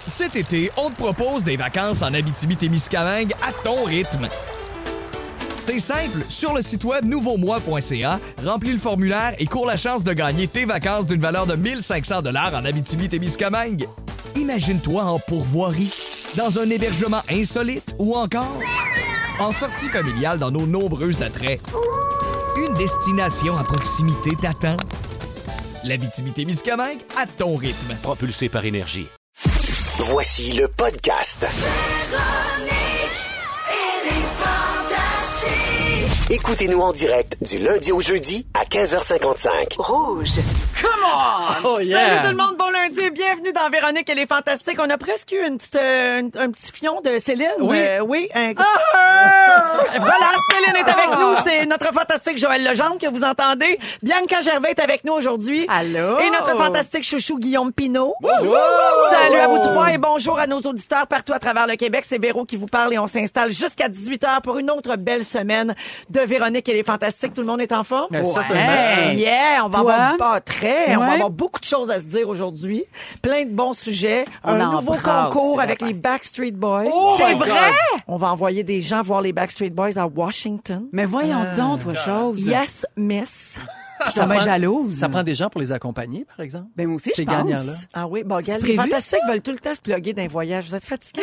Cet été, on te propose des vacances en Abitibi-Témiscamingue à ton rythme. C'est simple, sur le site web nouveaumois.ca, remplis le formulaire et cours la chance de gagner tes vacances d'une valeur de 1 500 $ en Abitibi-Témiscamingue. Imagine-toi en pourvoirie, dans un hébergement insolite ou encore en sortie familiale dans nos nombreux attraits. Une destination à proximité t'attend. L'Abitibi-Témiscamingue à ton rythme. Propulsé par Énergie. Voici le podcast. Écoutez-nous en direct du lundi au jeudi à 15h55. Rouge. Come on! Oh yeah! Salut tout le monde, bon lundi et bienvenue dans Véronique, elle est fantastique. On a presque eu un petit fion de Céline. Oui. Oui. Voilà, Céline est avec nous. C'est notre fantastique Joël Legendre que vous entendez. Bianca Gervais est avec nous aujourd'hui. Allô? Et notre fantastique chouchou Guillaume Pinault. Bonjour! Salut à vous trois et bonjour à nos auditeurs partout à travers le Québec. C'est Véro qui vous parle et on s'installe jusqu'à 18h pour une autre belle semaine de Véronique, elle est fantastique. Tout le monde est en forme? Ben, certainement. Hey, yeah, on va Toi? avoir pas très. On va Ouais. avoir beaucoup de choses à se dire aujourd'hui. Plein de bons sujets. On Un nouveau embrasse, concours c'est avec la les Backstreet Boys. Oh C'est my vrai? God. On va envoyer des gens voir les Backstreet Boys à Washington. Mais voyons donc, toi, chose. Yes, miss. Je suis tombée jalouse. Ça prend des gens pour les accompagner, par exemple? Ben, moi aussi, Ces je pense. gagnants-là. Ah oui, bon, regarde, C'est les prévu, fantastiques veulent tout le temps se plugger d'un voyage. Vous êtes fatigués,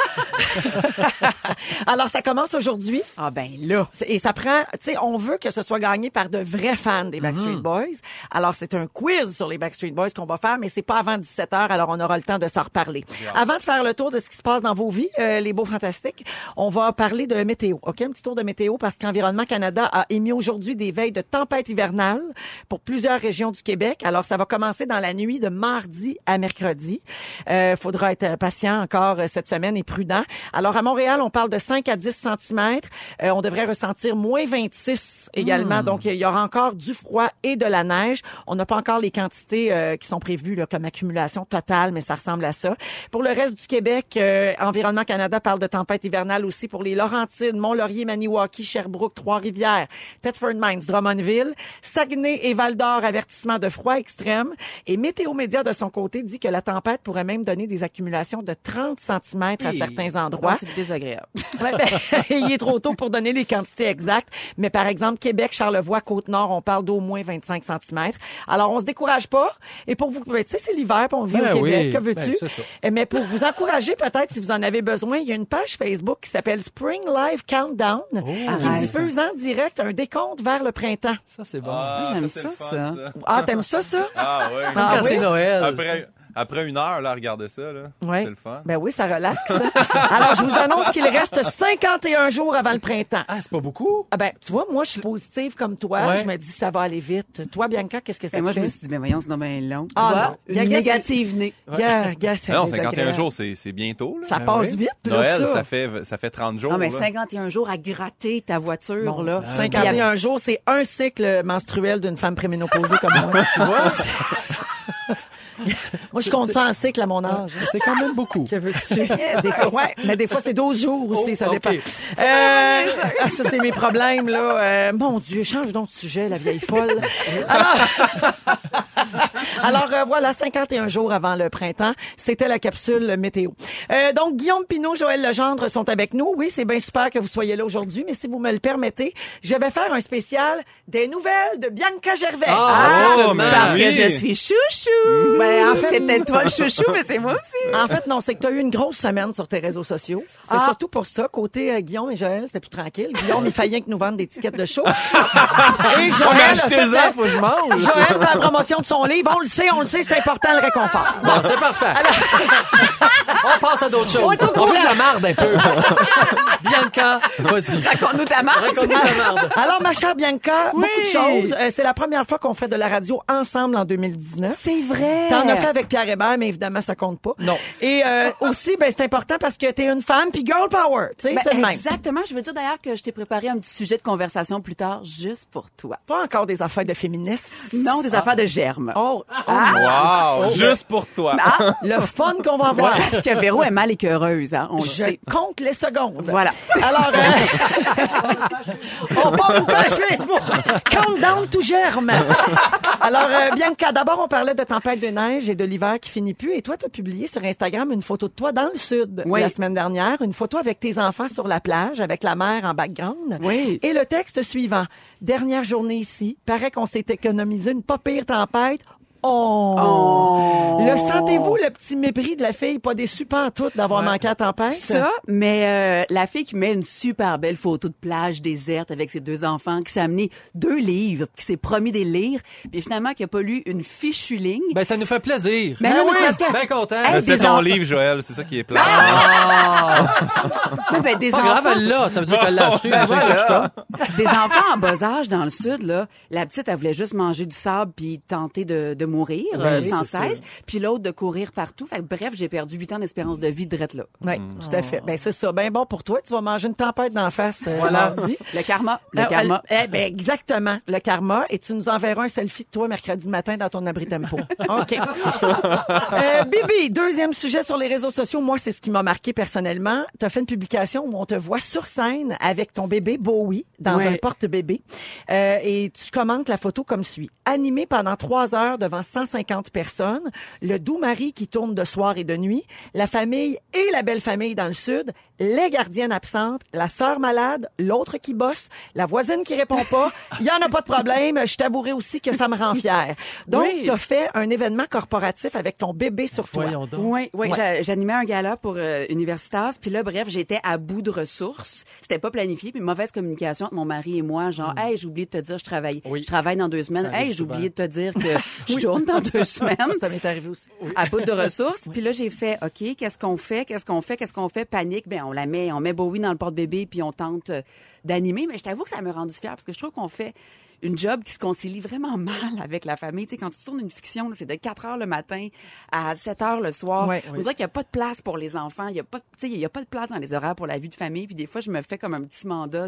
ça? Alors, ça commence aujourd'hui. Ah, ben là. Et ça prend, tu sais, on veut que ce soit gagné par de vrais fans des Backstreet Boys. Alors, c'est un quiz sur les Backstreet Boys qu'on va faire, mais c'est pas avant 17h, alors on aura le temps de s'en reparler. Avant de faire le tour de ce qui se passe dans vos vies, les beaux fantastiques, on va parler de météo, OK? Un petit tour de météo parce qu'Environnement Canada a émis aujourd'hui des veilles de tempête hivernale pour plusieurs régions du Québec. Alors, ça va commencer dans la nuit de mardi à mercredi. Faudra être patient encore cette semaine et prudent. Alors, à Montréal, on parle de 5 à 10 centimètres. On devrait ressentir moins 26 également. Donc, il y aura encore du froid et de la neige. On n'a pas encore les quantités qui sont prévues là, comme accumulation totale, mais ça ressemble à ça. Pour le reste du Québec, Environnement Canada parle de tempête hivernale aussi pour les Laurentides, Mont-Laurier, Maniwaki, Sherbrooke, Trois-Rivières, Thetford Mines, Drummondville, Saguenay et Val-d'Or, avertissement de froid extrême. Et Météo Média, de son côté, dit que la tempête pourrait même donner des accumulations de 30 centimètres à certains endroits. Ah, c'est désagréable. Ouais, ben, il est trop tôt pour donner les quantités exactes. Mais par exemple, Québec, Charlevoix, Côte-Nord, on parle d'au moins 25 centimètres. Alors, on se décourage pas. Et pour vous, tu sais, c'est l'hiver, puis on vit Ben au Québec. oui. Que veux-tu? Ben, c'est ça. Mais pour vous encourager, peut-être, si vous en avez besoin, il y a une page Facebook qui s'appelle Spring Live Countdown, qui Arrête. diffuse en direct un décompte vers le printemps. Ça, c'est bon. J'aime c'est ça, le fun, ça. Ah, t'aimes ça? Ah ouais. Ah, Quand oui? c'est Noël. Après une heure, là, regardez ça, là. Ouais. C'est le fun. Ben oui, ça relaxe. Alors, je vous annonce qu'il reste 51 jours avant le printemps. Ah, c'est pas beaucoup? Ah ben, tu vois, moi, je suis positive comme toi. Ouais. Je me dis, ça va aller vite. Toi, Bianca, qu'est-ce que ça Ben, te moi, fait? je me suis dit, ben voyons, c'est donc bien long. Ah, Tu vois? non. Une Gaga, négative née. Gars, c'est Non, désagréable. 51 jours, c'est bientôt, là. Ça Ben passe oui. vite, là, Noël, ça. ça fait 30 jours, Non, mais là. 51 jours à gratter ta voiture, là. 51 jours, c'est un cycle menstruel d'une femme préménopausée comme moi. Tu vois? Moi, je compte ça en cycle à mon âge. C'est quand même beaucoup. Que veux-tu? Des fois, ouais, mais des fois, c'est 12 jours aussi, Oh, ça dépend. ok. Ça, c'est mes problèmes, là. Mon Dieu, change donc de sujet, la vieille folle. Alors voilà, 51 jours avant le printemps, c'était la capsule météo. Donc, Guillaume Pinault, Joël Legendre sont avec nous. Oui, c'est bien super que vous soyez là aujourd'hui, mais si vous me le permettez, je vais faire un spécial des nouvelles de Bianca Gervais. certainement. Parce oui. que je suis chouchou. Ben, en fait, C'est peut-être toi le chouchou, mais c'est moi aussi. En fait, non, c'est que tu as eu une grosse semaine sur tes réseaux sociaux. C'est surtout pour ça. Côté Guillaume et Joël, c'était plus tranquille. Guillaume, il fallait que nous vendre des tickets de show. Et Joël, Achetez-en, faut que je mange. Joël fait la promotion de son livre. On le sait, c'est important le réconfort. Bon, c'est parfait. On passe à d'autres choses. On est au On fait de courant. la marde un peu. Bianca, vas-y. Raconte-nous ta marque. Raconte-nous ta marde. Alors, ma chère Bianca, beaucoup de choses. C'est la première fois qu'on fait de la radio ensemble en 2019. C'est vrai. T'en as fait avec Pierre Hébert, mais évidemment, ça compte pas. Non. Et aussi, ben, c'est important parce que t'es une femme, puis girl power, tu sais, Ben, c'est le même. exactement. Je veux dire d'ailleurs que je t'ai préparé un petit sujet de conversation plus tard, juste pour toi. Pas encore des affaires de féministes. Non, des affaires de germes. Oh, Wow, juste pour toi. le fun qu'on va avoir. Parce que Véro est mal écœureuse, hein, on le Je sait. compte les secondes. Voilà. Alors, on part une page Facebook. Countdown to germe. Alors, Bianca, d'abord, on parlait de tempête de neige et de l'hiver qui finit plus. Et toi, tu as publié sur Instagram une photo de toi dans le sud Oui. la semaine dernière. Une photo avec tes enfants sur la plage, avec la mer en background. Oui. Et le texte suivant. Dernière journée ici. Paraît qu'on s'est économisé une pas pire tempête. Oh. Le sentez-vous, le petit mépris de la fille, pas déçue pas en tout d'avoir manqué à la tempête? Ça, mais la fille qui met une super belle photo de plage déserte avec ses 2 enfants, qui s'est amené 2 livres, qui s'est promis de les lire, puis finalement qui a pas lu une fichue ligne. Ben, ça nous fait plaisir. Mais non, mais c'est parce que... Ben content. Hey, C'est des ton en- livre, Joël, c'est ça qui est plat. Non, ben, des Pas enfants... grave, elle l'a. Ça veut dire qu'elle l'a acheté. Ben c'est ça que je voilà. tape. Des enfants en bas âge dans le sud, là, la petite, elle voulait juste manger du sable puis tenter de mourir sans cesse. Puis l'autre de courir partout. Fait que, bref, j'ai perdu 8 ans d'espérance de vie drette là. Oui, tout à fait. Ben c'est ça. Ben bon pour toi, tu vas manger une tempête d'en face mardi. Le karma. Le karma. Ben exactement, le karma. Et tu nous enverras un selfie de toi mercredi matin dans ton abri tempo. OK. Bibi, deuxième sujet sur les réseaux sociaux. Moi, c'est ce qui m'a marqué personnellement. Tu as fait une publication où on te voit sur scène avec ton bébé Bowie dans Ouais. un porte-bébé. Et tu commentes la photo comme suit. Animé pendant 3 heures devant 150 personnes, le doux mari qui tourne de soir et de nuit, la famille et la belle famille dans le sud, les gardiennes absentes, la sœur malade, l'autre qui bosse, la voisine qui répond pas. Il y en a pas de problème. Je t'avouerai aussi que ça me rend fière. Donc, Oui. tu as fait un événement corporatif avec ton bébé sur toi. Voyons donc. Oui, oui, Ouais. j'animais un gala pour Universitas, puis là, bref, j'étais à bout de ressources. C'était pas planifié, puis mauvaise communication entre mon mari et moi, genre, hey, j'ai oublié de te dire, je travaille. Oui. Je travaille dans 2 semaines. Ça arrive Hey, j'ai souvent. oublié de te dire que je tourne dans 2 semaines. Ça m'est arrivé aussi. À bout de ressources. Puis là, j'ai fait, OK, qu'est-ce qu'on fait? Panique. Ben, on met Bowie dans le porte-bébé, puis on tente d'animer. Mais je t'avoue que ça m'a rendu fière, parce que je trouve qu'on fait une job qui se concilie vraiment mal avec la famille. Tu sais, quand tu tournes une fiction, là, c'est de 4 heures le matin à 7 heures le soir. Ouais, On dirait qu'il n'y a pas de place pour les enfants. Il y a pas, tu sais, il y a pas de place dans les horaires pour la vie de famille. Puis des fois, je me fais comme un petit mandat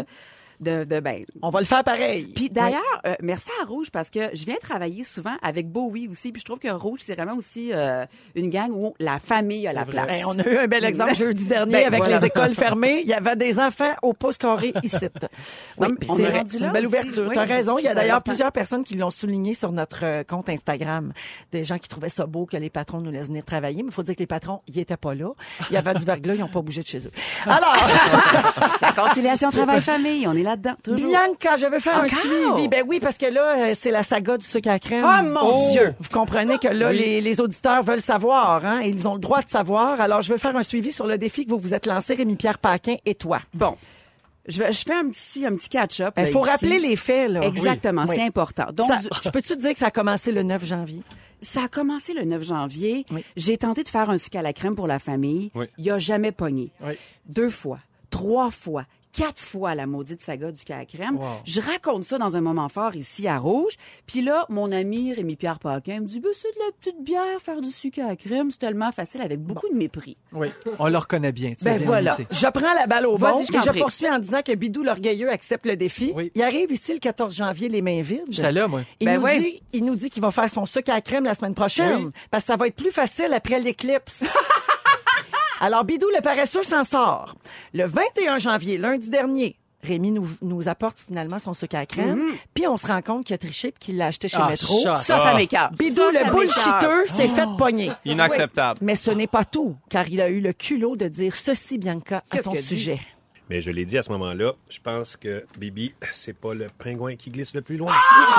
ben, On va le faire pareil. puis d'ailleurs, merci à Rouge parce que je viens travailler souvent avec Bowie aussi. Puis je trouve que Rouge, c'est vraiment aussi une gang où la famille a la place. Ben, on a eu un bel exemple jeudi dernier Ben, avec voilà. les écoles fermées. Il y avait des enfants au pouce carré ici. Oui, Non, puis on c'est est vrai, rendu c'est une là belle aussi. ouverture. Oui, Tu as je raison. trouve Il y a ça d'ailleurs important. plusieurs personnes qui l'ont souligné sur notre compte Instagram. Des gens qui trouvaient ça beau que les patrons nous laissent venir travailler. Mais il faut dire que les patrons, ils étaient pas là. Il y avait du verglas, ils n'ont pas bougé de chez eux. Alors, La conciliation travail-famille, on est là-dedans, toujours. Bianca, je veux faire un Encore? suivi. Ben oui, parce que là, c'est la saga du sucre à crème. Oh, mon Dieu! Vous comprenez que là, les auditeurs veulent savoir, hein, et ils ont le droit de savoir. Alors, je veux faire un suivi sur le défi que vous vous êtes lancé, Rémi-Pierre Paquin et toi. Bon. Je fais un petit catch-up. Il là, faut ici. rappeler les faits, là. Exactement, Oui. c'est important. Donc, Ça, je peux-tu te dire que ça a commencé le 9 janvier? ça a commencé le 9 janvier. Oui. J'ai tenté de faire un sucre à la crème pour la famille. Oui. Il a jamais pogné. Oui. 2 fois, 3 fois, 4 fois la maudite saga du sucre à la crème. Wow. Je raconte ça dans un moment fort ici à Rouge. Puis là, mon ami Rémi-Pierre Paquin me dit ben, c'est de la petite bière, faire du sucre à la crème, c'est tellement facile avec beaucoup de mépris. Oui, on le reconnaît bien. Tu Ben as bien voilà. imité. Je prends la balle au Vas-y, bon je et t'en je prie. poursuis en disant que Bidou l'orgueilleux accepte le défi. Oui. Il arrive ici le 14 janvier, les mains vides. J'étais là, moi. Il nous dit qu'il va faire son sucre à la crème la semaine prochaine. Oui. Parce que ça va être plus facile après l'éclipse. Alors, Bidou le paresseux s'en sort. Le 21 janvier, lundi dernier, Rémi nous apporte finalement son sucre à la crème. Puis on se rend compte qu'il a triché et qu'il l'a acheté chez Métro. shot. Ça m'écarte. Bidou, Ça le bullshiteux, s'est fait pogner. Inacceptable. Mais ce n'est pas tout, car il a eu le culot de dire ceci, Bianca, à Qu'est-ce ton qu'il a dit? sujet. Mais je l'ai dit à ce moment-là, je pense que Bibi, c'est pas le pingouin qui glisse le plus loin.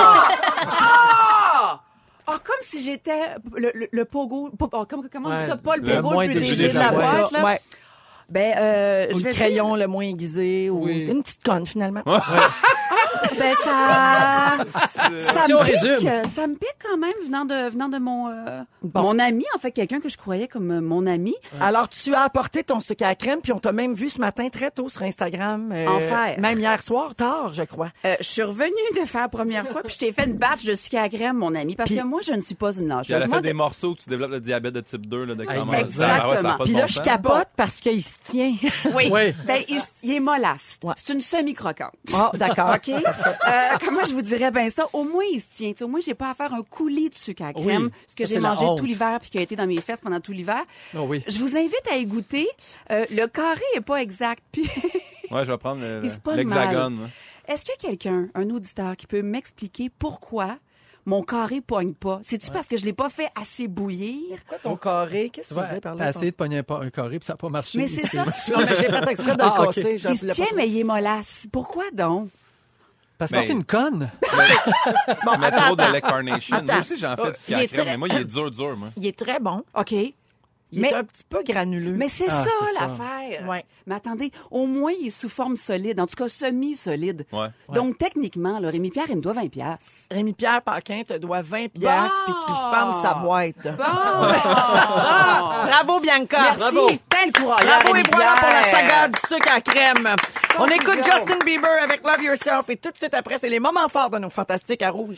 Ah, comme si j'étais le pogo. Comment on dit Ouais, ça? Pas le le pogo moins le plus déguisé léger de la de la boîte, là. Ouais. Ben, Ou je le vais crayon le moins aiguisé, ou Oui. une petite conne, finalement. dire, ben, ça Si on me pique, résume. ça me pique quand même venant de mon ami, en fait, quelqu'un que je croyais comme mon ami. Alors, tu as apporté ton sucre à la crème, puis on t'a même vu ce matin très tôt sur Instagram. Enfer. Même hier soir, tard, je crois. Je suis revenue de faire la première fois, puis je t'ai fait une batch de sucre à la crème, mon ami, parce Puis- que moi, je ne suis pas une Puis elle lâcheuse. a Moi, fait des morceaux que tu développes le diabète de type 2 là, de comment exactement. ça a pas de Puis bon là, je sens. capote parce qu'il se tient. Oui. Oui. Ben, il est mollasse. Ouais. C'est une semi-croquante. Oh, d'accord. OK? Comment je vous dirais bien ça? Au moins, il se tient. T'sais, au moins, j'ai pas à faire un coulis de sucre à crème, Oui, ce que ça, j'ai c'est la mangé honte. tout l'hiver puis qui a été dans mes fesses pendant tout l'hiver. Oh oui. Je vous invite à y goûter. Le carré est pas exact. Puis, Ouais, je vais prendre Il se pogne l'hexagone. moi. est-ce qu'il y a quelqu'un, un auditeur, qui peut m'expliquer pourquoi mon carré pogne pas? C'est-tu parce que je l'ai pas fait assez bouillir? Quoi, ton carré? Qu'est-ce que tu Tu vois, faisais par t'as là? essayé de pogner un carré puis ça n'a pas marché. Mais c'est ça. Non, mais j'ai fait exprès de le Ah, ok. casser. je Il se voulais tient, pas- mais il est mollasse. Pourquoi donc? Parce que Ben, t'es une conne. Bon, Tu mets trop attends, de lait carnation. Attends. Moi aussi, j'en fais du Il est sucre à crème, très- mais moi, il est dur, moi. Il est très bon. OK. Il Mais- est un petit peu granuleux. Mais c'est Ah, ça, c'est ça. l'affaire. Ouais. Mais attendez, au moins, il est sous forme solide. En tout cas, semi-solide. Ouais. Donc, techniquement, là, Rémi-Pierre, il me doit 20 $. Rémi-Pierre Paquin te doit 20 piastres puis qu'il ferme sa boîte. Ah! Bravo, Bianca. Merci. Bravo. T'es le courage. Bravo et voilà pour la saga du sucre à crème. On écoute Justin Bieber avec Love Yourself et tout de suite après, c'est les moments forts de nos Fantastiques à Rouge.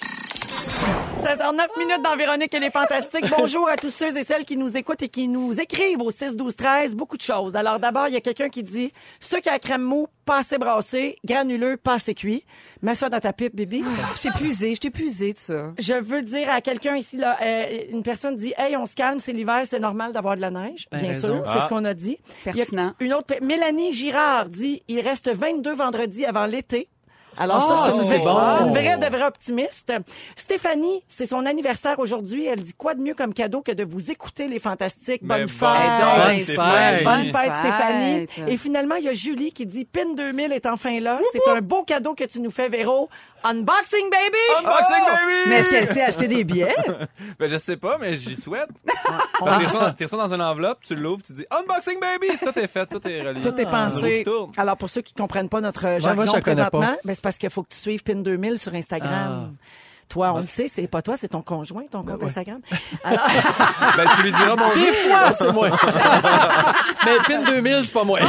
16h09 minutes dans Véronique et les Fantastiques. Bonjour à tous ceux et celles qui nous écoutent et qui nous écrivent au 6-12-13. Beaucoup de choses. Alors d'abord, il y a quelqu'un qui dit sucre à crème mou, pas assez brassé, granuleux, pas assez cuit. Mets ça dans ta pipe, bébé. Je t'ai épuisé de ça. Je veux dire à quelqu'un ici, là, une personne dit « Hey, on se calme, c'est l'hiver, c'est normal d'avoir de la neige. » Ben, Bien raison. sûr, c'est Ah. ce qu'on a dit. Pertinent. Il y a une autre, Mélanie Girard dit « Il reste 22 vendredis avant l'été. » Alors Oh, ça, c'est bon. Une vraie de vraie optimiste. Stéphanie, c'est son anniversaire aujourd'hui. Elle dit quoi de mieux comme cadeau que de vous écouter, les Fantastiques. Mais Bonne bon, fête. Bonne Stéphanie. fête. Bonne fête, Bonne Stéphanie. fête. Et finalement, il y a Julie qui dit PIN 2000 est enfin là. C'est un beau cadeau que tu nous fais, Véro. Unboxing, baby! Unboxing, baby! Mais est-ce qu'elle sait acheter des billets? Ben, je sais pas, mais j'y souhaite. Parce que t'es reçu dans une enveloppe, tu l'ouvres, tu dis Unboxing, baby! Tout est fait, tout est relié. Tout est C'est une roue pensé. qui tourne. Alors, pour ceux qui comprennent pas notre jargon moi, je la connais pas. présentement, ben, c'est parce qu'il faut que tu suives PIN 2000 sur Instagram. Toi, on le sait, c'est pas toi, c'est ton conjoint, ton compte Instagram. Alors, Ben, tu lui diras bonjour. Des fois, c'est moi. Mais PIN 2000, c'est pas moi.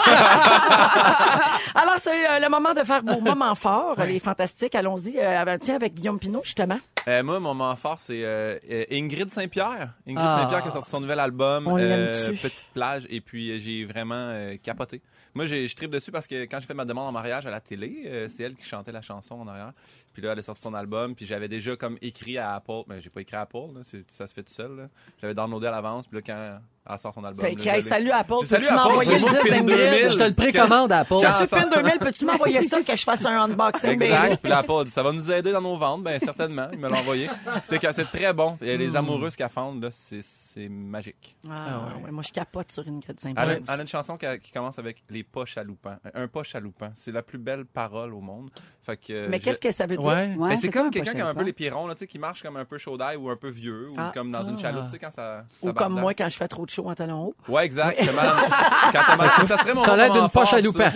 alors c'est le moment de faire vos moments forts, les Fantastiques. Allons-y. Tiens, avec Guillaume Pinot, justement. Moi, mon moment fort, c'est Ingrid Saint-Pierre. Ingrid Ah. Saint-Pierre qui a sorti son nouvel album, On l'aime-tu? Petite plage, et puis j'ai vraiment capoté. Moi, je tripe dessus parce que quand j'ai fait ma demande en mariage à la télé, c'est elle qui chantait la chanson en arrière. Puis là, elle a sorti son album, puis j'avais déjà comme écrit à Apple. Mais j'ai pas écrit à Apple, là, ça se fait tout seul. Là. J'avais downloadé à l'avance, puis là, quand elle sort son album... T'as là, écrit je hey, l'ai- salut Apple, J'ai salut peux-tu Apple, m'envoyer c'est le moi, disque PIN d'Ingrid? 2000. Je te le précommande à Apple. Je suis PIN 2000, peux-tu m'envoyer ça que je fasse un unboxing, baby? Exact. Puis là, Apple a dit, ça va nous aider dans nos ventes. Ben, certainement. Il me l'a envoyé. C'est très bon. Et les amoureux scaphandres, là, c'est magique. Ouais, moi, je capote sur Ingrid Elle Saint-Pierre. a une chanson qui commence avec les pas chaloupants. Un pas chaloupant. C'est la plus belle parole au monde. Fait que, Mais qu'est-ce que ça veut dire? Ouais. Ouais, Ben, c'est comme quoi, quelqu'un qui a un peu pochette, les pieds ronds, là, tu sais, qui marche comme un peu chaud d'ail ou un peu vieux, ou comme dans une chaloupe, tu sais, quand ça Ou comme bardasse. moi quand je fais trop de chaud en talons hauts. Ouais, exact. Quand t'as mal- ça serait mon T'as l'air moment d'une poche fort, à loupin.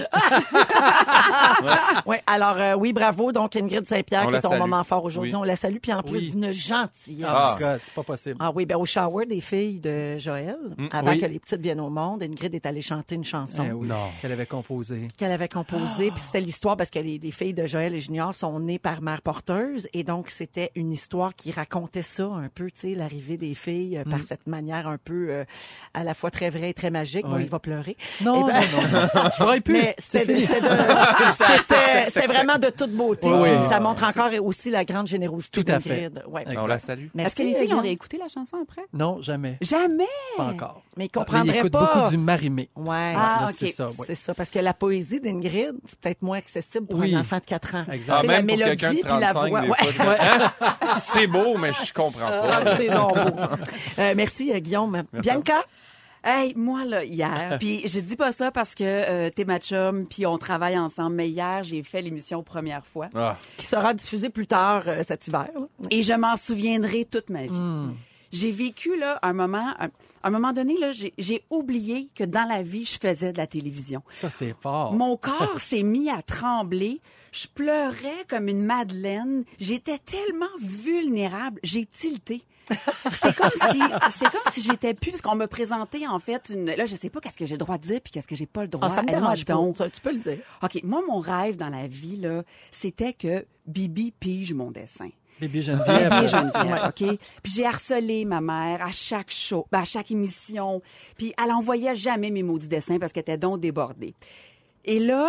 Oui, alors oui, bravo. Donc, Ingrid Saint-Pierre, On qui la est ton salue. moment fort aujourd'hui. Oui. On la salue, puis en plus Oui. d'une gentillesse. Oh my God, c'est pas possible. Ah oui, ben au shower des filles de Joël, avant oui. que les petites viennent au monde, Ingrid est allée chanter une chanson Eh oui, qu'elle avait composé. qu'elle avait composée. Puis c'était l'histoire parce que les filles de Joël et Junior sont nées par mère porteuse. Et donc, c'était une histoire qui racontait ça un peu, tu sais, l'arrivée des filles par cette manière un peu à la fois très vraie et très magique. Bon, Oui. il va pleurer. Non, Eh ben- non. Je m'aurais pu. Mais C'est c'était fini. c'était vraiment de toute beauté. Oui, oui. Puis ça montre encore aussi la grande générosité Tout à fait. d'Ingrid. Ouais. Exact. On la salue. Merci, Est-ce que les filles Guillaume. ont réécouté la chanson après? Non, jamais. Jamais! Pas encore. Mais ils Ils comprendraient écoutent pas. beaucoup du marimé. Ouais. Ah, Là, ok. c'est ça, oui. C'est ça, parce que la poésie d'Ingrid, c'est peut-être moins accessible pour Oui. un enfant de 4 ans. Exact. Ah, Tu sais, la même pour quelqu'un de mélodie puis la 35, voix. des Ouais. fois, je me dis, hein? C'est beau, mais je comprends pas. Ah, c'est donc beau. Merci, Guillaume. Bianca? Hey, moi, là, hier, puis je dis pas ça parce que t'es ma chum, puis on travaille ensemble, mais hier, j'ai fait l'émission première fois. Ah. Qui sera diffusée plus tard cet hiver. là. Et je m'en souviendrai toute ma vie. J'ai vécu, là, un moment donné, là, j'ai oublié que dans la vie, je faisais de la télévision. Ça, c'est fort. Mon corps s'est mis à trembler. Je pleurais comme une madeleine. J'étais tellement vulnérable. J'ai tilté. C'est comme si j'étais plus, parce qu'on me présentait, en fait, là, je sais pas qu'est-ce que j'ai le droit de dire puis qu'est-ce que j'ai pas le droit. Ah, ça me Aide-moi dérange pas. donc. Ça, tu peux le dire. OK, moi, mon rêve dans la vie, là, c'était que Bibi pige mon dessin. Bébé Geneviève. Bébé Geneviève, OK? Puis j'ai harcelé ma mère à chaque show, à chaque émission. Puis elle envoyait jamais mes maudits dessins parce qu'elle était donc débordée. Et là,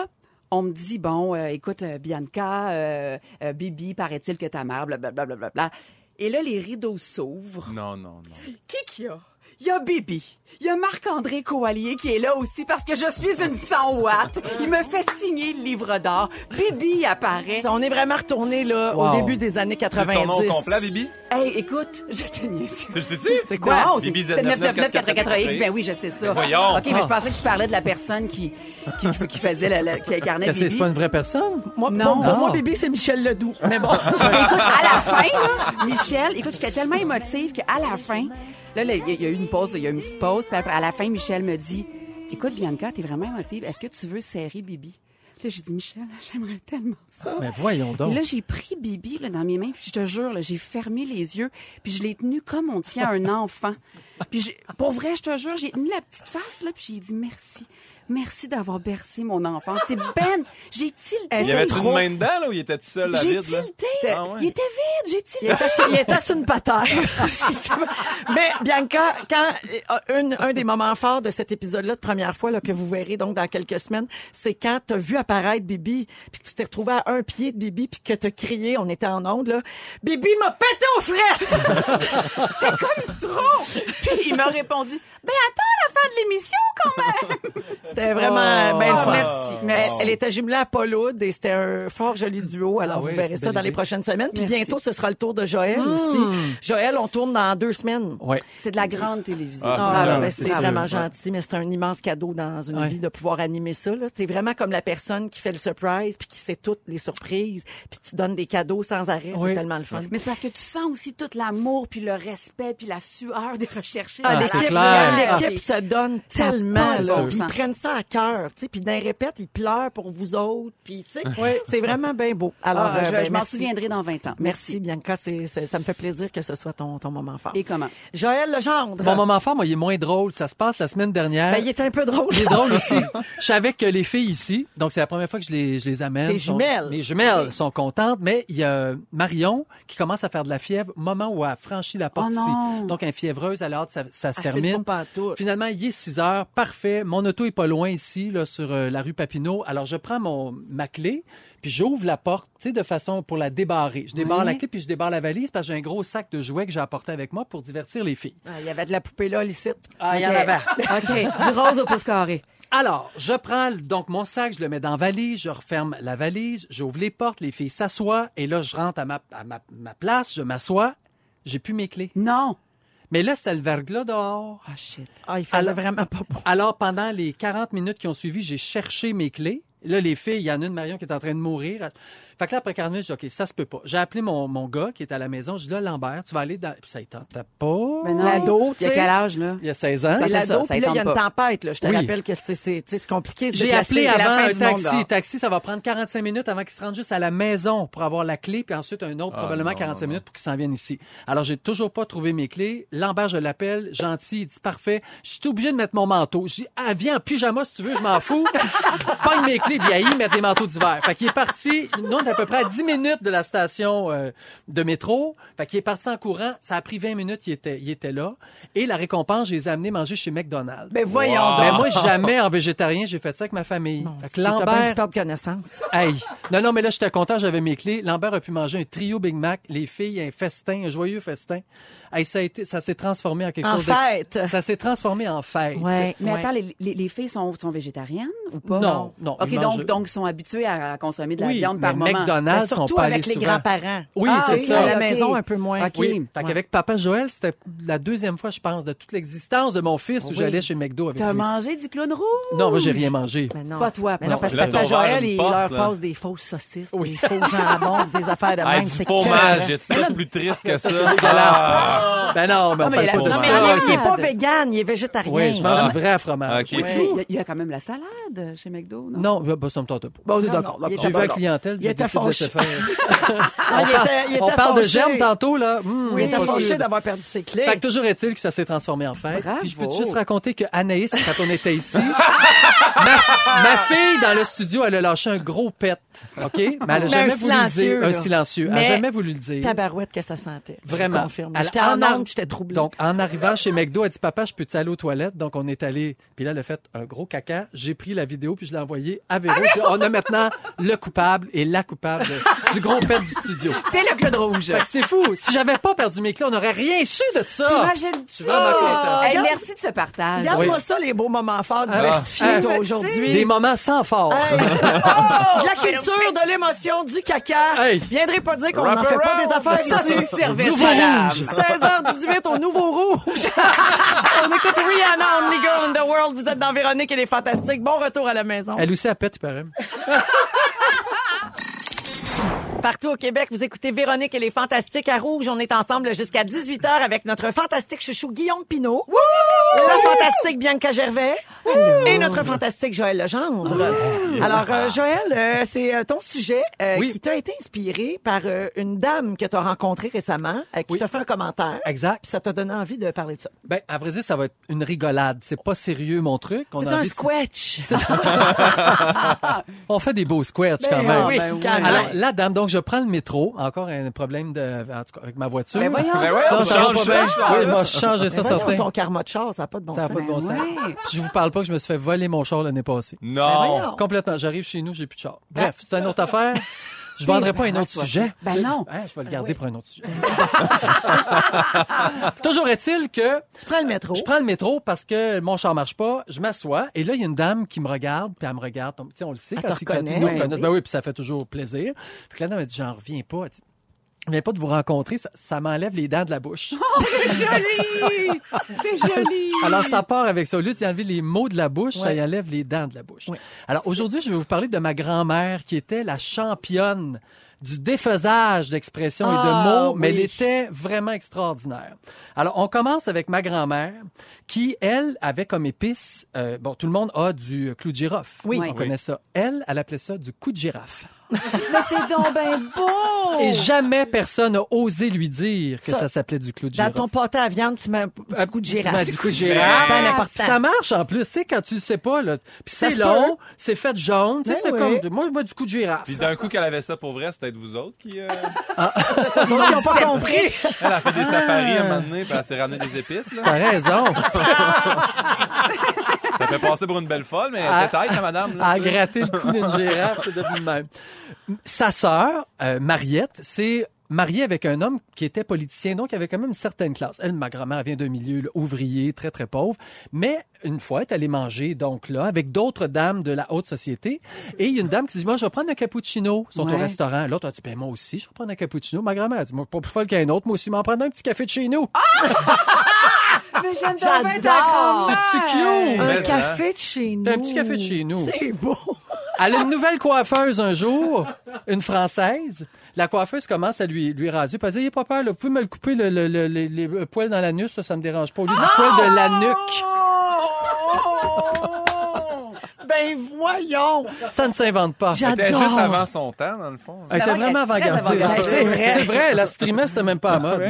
on me dit, bon, écoute, Bianca, Bibi, paraît-il que ta mère, blablabla, blablabla. Et là, les rideaux s'ouvrent. Non. Qui qu'il y a? Il y a Bibi. Il y a Marc-André Coallier qui est là aussi parce que je suis une 100 watts. Il me fait signer le livre d'or. Bibi apparaît. On est vraiment retourné là Wow. au début des années 90. C'est son nom complet, Bibi? Hey, écoute, je te niaise. Tu le sais-tu? C'est quoi? Non, Bibi c'est 999-480X. Ben Z99480X. oui, je sais ça. Voyons. OK, mais je pensais que tu parlais de la personne qui faisait qui incarnait Que c'est Bibi. pas une vraie personne? Moi, Non. pour moi, Ah. Bibi, c'est Michel Ledoux. Mais bon. Écoute, à la fin, là, Michel, écoute, j'étais tellement émotive qu'à la fin, là, il y a eu une pause, il y a eu une petite pause, puis après, à la fin, Michel me dit, écoute, Bianca, t'es vraiment émotive, est-ce que tu veux serrer Bibi? Puis là, j'ai dit, Michel, j'aimerais tellement ça. Mais voyons donc. Et là, j'ai pris Bibi là, dans mes mains, puis je te jure, là, j'ai fermé les yeux, puis je l'ai tenu comme on tient un enfant. Puis pour vrai, je te jure, j'ai tenu la petite face, là, puis j'ai dit merci. Merci d'avoir bercé mon enfance. C'était j'ai tilté. Il y avait-tu une main dedans, là, ou il était tout seul, J'ai vide, là? tilté. Ah ouais. Il était vide, j'ai tilté. Il était sur une patère. Mais Bianca, quand un des moments forts de cet épisode-là, de première fois là, que vous verrez donc dans quelques semaines, c'est quand t'as vu apparaître Bibi, puis que tu t'es retrouvé à un pied de Bibi, puis que t'as crié, on était en onde là, Bibi m'a pété aux frettes. Trop. Puis il m'a répondu, ben attends la fin de l'émission quand même. C'était vraiment bien le fun. Merci. Elle était jumelée à Paul Oud et c'était un fort joli duo. Alors, Ah oui, vous verrez c'est ça belle dans les idée. prochaines semaines. Puis Merci. bientôt, ce sera le tour de Joël aussi. Joël, on tourne dans 2 semaines. Ouais. C'est de la grande télévision. Ah, Ah, ben, c'est c'est sûr. vraiment Ouais. gentil, mais c'est un immense cadeau dans une Ouais. vie de pouvoir animer ça. T'es vraiment comme la personne qui fait le surprise puis qui sait toutes les surprises puis tu donnes des cadeaux sans arrêt. Oui. C'est tellement le fun. Mais c'est parce que tu sens aussi tout l'amour, puis le respect, puis la sueur des recherchés. Ah, Ah, l'équipe, c'est clair. l'équipe se donne Ça a tellement, pas de là. bon Puis ils sens. prennent ça à cœur, tu sais. Puis d'un répète, ils pleurent pour vous autres. Puis, tu sais, c'est vraiment bien beau. Alors, je ben, m'en merci. souviendrai dans 20 ans. Merci, Bianca. Ça me fait plaisir que ce soit ton moment fort. Et comment? Joël Legendre. Mon moment fort, moi, il est moins drôle. Ça se passe la semaine dernière. Ben, il était un peu drôle. Il est drôle aussi. Je suis avec les filles ici, donc c'est la première fois que je les amène. Tes jumelles. Mes jumelles sont contentes, mais il y a Marion qui commence à faire de la fièvre au moment où elle a franchi la porte Oh ici. non. Donc, elle est fiévreuse, elle a hâte, ça se Elle fait termine. pas pantoute. Finalement, il est 6 heures, parfait. Mon auto est pas loin ici, là, sur la rue Papineau. Alors, je prends ma clé, puis j'ouvre la porte, tu sais, de façon pour la débarrer. Je débarre Oui. la clé, puis je débarre la valise parce que j'ai un gros sac de jouets que j'ai apporté avec moi pour divertir les filles. Ah, il y avait de la poupée là, ici. Ah, il y en avait. OK. Du rose au pouce carré. Alors, je prends donc mon sac, je le mets dans la valise, je referme la valise, j'ouvre les portes, les filles s'assoient, et là, je rentre à ma place, je m'assois, j'ai plus mes clés. Non. Mais là, c'était le verglas dehors. Ah, shit. Ah, il faisait Alors- vraiment pas beau. Alors, pendant les 40 minutes qui ont suivi, j'ai cherché mes clés. Là, les filles, il y en a une, Marion, qui est en train de mourir. Fait que là, après 40 minutes, j'ai dit, OK, ça se peut pas. J'ai appelé mon gars qui est à la maison. Je dis, là, Lambert, tu vas aller dans... Puis ça, il tentait pas. Ben non. L'ado, Il y a tu sais. quel âge, là? Il y a 16 ans. Ça, Et c'est l'ado, ça puis là, il y a une tente pas. tempête. Là. Je te Oui. rappelle que c'est compliqué de se J'ai déplacer. appelé c'est la avant fin un du monde, taxi. là. Taxi, ça va prendre 45 minutes avant qu'il se rende juste à la maison pour avoir la clé, puis ensuite un autre, Ah, probablement non, 45 non. minutes pour qu'il s'en vienne ici. Alors, j'ai toujours pas trouvé mes clés. Lambert, je l'appelle, gentil, il dit parfait. Je suis obligé de mettre mon manteau. Je dis, ah, viens en pyjama si tu veux, je m'en fous. Pogne mes clés, puis il mettre des manteaux d'hiver. Fait qu'il est parti. Nous, on est à peu près à 10 minutes de la station de métro. Fait qu'il est parti en courant. Ça a pris 20 minutes, il était là. Et la récompense, je les ai amenés manger chez McDonald's. Ben voyons Wow. donc. Ben, moi, jamais en végétarien, j'ai fait ça avec ma famille. Fait que Tu as bien dû Lambert, perdre connaissance. hey. Non, mais là, j'étais content, j'avais mes clés. Lambert a pu manger un trio Big Mac, les filles, un festin, un joyeux festin. Hey, ça s'est transformé en quelque En chose fête. Ça s'est transformé en fête. Ouais. Mais ouais. attends, les filles sont végétariennes ou pas? Non. OK, ils mangent- donc sont habituées à consommer de la oui, viande mais par moment. McDonald's sont Surtout pas allés avec les souvent. grands-parents. Oui, Ah, c'est oui, ça. À la OK. maison, un peu moins. OK. Oui. Fait qu'avec Papa Joël, c'était la deuxième fois, je pense, de toute l'existence de mon fils où Oui. j'allais chez McDo avec T'as lui. mangé du clown rouge? Non, moi, j'ai rien mangé. Mais non. Pas toi, Mais pas non, parce que Là, Papa t'as ouvert Joël, une il porte, leur là. passe des fausses saucisses, des faux jambons, des affaires de Ah, même. du C'est fromage, que- y a-tu de plus triste que ça? dégueulasse. Ben non, ben, Ah, mais parle la- pas de non, mais ça. la- Il est pas vegan, il est végétarien. Oui, je mange Ah. du vrai fromage. OK. Ouais. Il y a quand même la salade chez McDo, non? Non, ben, ça me tente pas. Bon, Non, d'accord. non, il J'ai était vu la bon. clientèle, Il j'ai était décidé de laisser fâché. faire. Ah, il était On parle de fâché. germes tantôt, là. Oui, il était pas fâché sûr. d'avoir perdu ses clés. Fait que toujours est-il que ça s'est transformé en fête. Bravo. Puis je peux juste raconter que Anaïs, quand on était ici, ma fille dans le studio, elle a lâché un gros pet, OK? Mais elle a Mais jamais un voulu le silencieux, dire. Un là. silencieux. Elle a Mais jamais voulu le dire. Tabarouette que ça sentait. Vraiment. Je confirme. Elle- J'étais en ar- onde, j'étais troublée. Donc, en arrivant chez McDo, elle dit, papa, je peux-tu aller aux toilettes? Donc, on est allé. Puis là, elle a fait un gros caca. J'ai pris la vidéo puis je l'ai envoyée avec Véro. On a maintenant le coupable et la coupable du gros pet du studio. C'est le Claude Rouge. Fait que c'est fou. Si j'avais pas perdu mes clés, on n'aurait rien su de ça. T'imagines-tu? Vraiment content. Hey, merci de ce partage. Regarde-moi Oui. ça, les beaux moments forts diversifiés, toi, aujourd'hui. Des moments sans fort. Hey. De la culture, de l'émotion, du caca. Hey. Viendrez pas dire qu'on n'en fait pas des affaires Ça, c'est une ici. service Nouveau madame. rouge. 16h18 au Nouveau Rouge. On écoute Rihanna, Only Girl in the World. Vous êtes dans Véronique et les Fantastiques. Bon retour à la maison. Elle aussi, elle pète, il paraît. Partout au Québec, vous écoutez Véronique et les Fantastiques à Rouge. On est ensemble jusqu'à 18h avec notre fantastique chouchou Guillaume Pinault, la fantastique Bianca Gervais et notre fantastique Joël Legendre. Alors, Joël, c'est ton sujet Oui. qui t'a été inspiré par une dame que tu as rencontrée récemment, qui Oui. t'a fait un commentaire. Exact. Puis ça t'a donné envie de parler de ça. Ben, à vrai dire, ça va être une rigolade. C'est pas sérieux, mon truc. On C'est a un envie de- squetch. On fait des beaux squares quand Ben même. oui, Ben oui. calme. Alors, la dame, donc, je prends le métro. Encore un problème en tout cas, avec ma voiture. Ben voyons. Non, ça va pas bien. Oui, moi, je change ça, Mais voyons, certain. ton karma de char, ça n'a pas de bon Ça n'a sens. pas de bon sens. ouais. Puis je vous parle pas que je me suis fait voler mon char l'année passée. Non. voyons. Complètement. J'arrive chez nous, j'ai plus de char. Bref, c'est une autre affaire. Je vendrai pas un autre sujet. Ben non. Hein, je vais le garder pour un autre sujet. Toujours est-il que Tu prends le métro. je prends le métro parce que mon char marche pas, je m'assois et là il y a une dame qui me regarde, puis elle me regarde, tu sais on le sait Elle quand te ils reconnaît. nous Oui, reconnaissent. oui. Ben oui, puis ça fait toujours plaisir. Puis que la dame elle dit j'en reviens pas. Elle dit, je viens pas de vous rencontrer, ça m'enlève les dents de la bouche. C'est joli. C'est joli. Alors, ça part avec ça. Au lieu d'enlever les mots de la bouche, ça Ouais. y enlève les dents de la bouche. Ouais. Alors, aujourd'hui, je vais vous parler de ma grand-mère qui était la championne du défaisage d'expressions et de mots, mais oui. elle était vraiment extraordinaire. Alors, on commence avec ma grand-mère qui, elle, avait comme épice, bon, tout le monde a du clou de girofle. Oui. On Oui. connaît ça. Elle appelait ça du coup de girafe. Mais c'est donc ben beau. Et jamais personne n'a osé lui dire que ça s'appelait du clou de Dans girafe. ton pâté à viande, tu mets un coup de girafe. Ben, du coup de girafe. C'est important. Puis ça marche en plus, tu sais, quand tu le sais pas, là. Puis Ça c'est se long, c'est fait jaune, tu sais, Ben c'est oui. comme, moi, je bois du coup de girafe. Puis d'un coup qu'elle avait ça pour vrai, c'est peut-être vous autres qui... Ils n'ont pas compris. Elle a fait des safaris à un moment donné, puis elle s'est ramenée des épices, là. T'as raison. Ça fait passer pour une belle folle, mais Ah. peut-être, hein, madame. Là, À gratter le cou d'une girafe, c'est devenu le même. Sa sœur, Mariette, c'est mariée avec un homme qui était politicien, donc il avait quand même une certaine classe. Elle, ma grand-mère, elle vient d'un milieu là, ouvrier, très, très pauvre. Mais une fois, elle est allée manger, donc là, avec d'autres dames de la haute société. Et il y a une dame qui dit, moi, je vais prendre un cappuccino. Ils sont au Ouais. restaurant. L'autre a dit, ben moi aussi, je vais prendre un cappuccino. Ma grand-mère a dit, moi, pas plus folle qu'un autre. Moi aussi, m'en prendre un petit café de chez nous. Mais j'aime donc bien ta J'adore. grand-mère. C'est cute. Un Mais, café de chez nous. T'as un petit café de chez nous. C'est beau. Elle a une nouvelle coiffeuse un jour, une Française. La coiffeuse commence à lui raser. Puis elle dit, il a pas peur, là. Vous pouvez me le couper les poils dans l'anus, ça me dérange pas. Au lieu du poil de la nuque. Ben voyons. Ça ne s'invente pas. C'était juste J'adore. avant son temps, dans le fond. Elle était vraiment Très avant-gardiste. avant-gardiste. C'est vrai. C'est vrai, la streamer, c'était même pas à mode.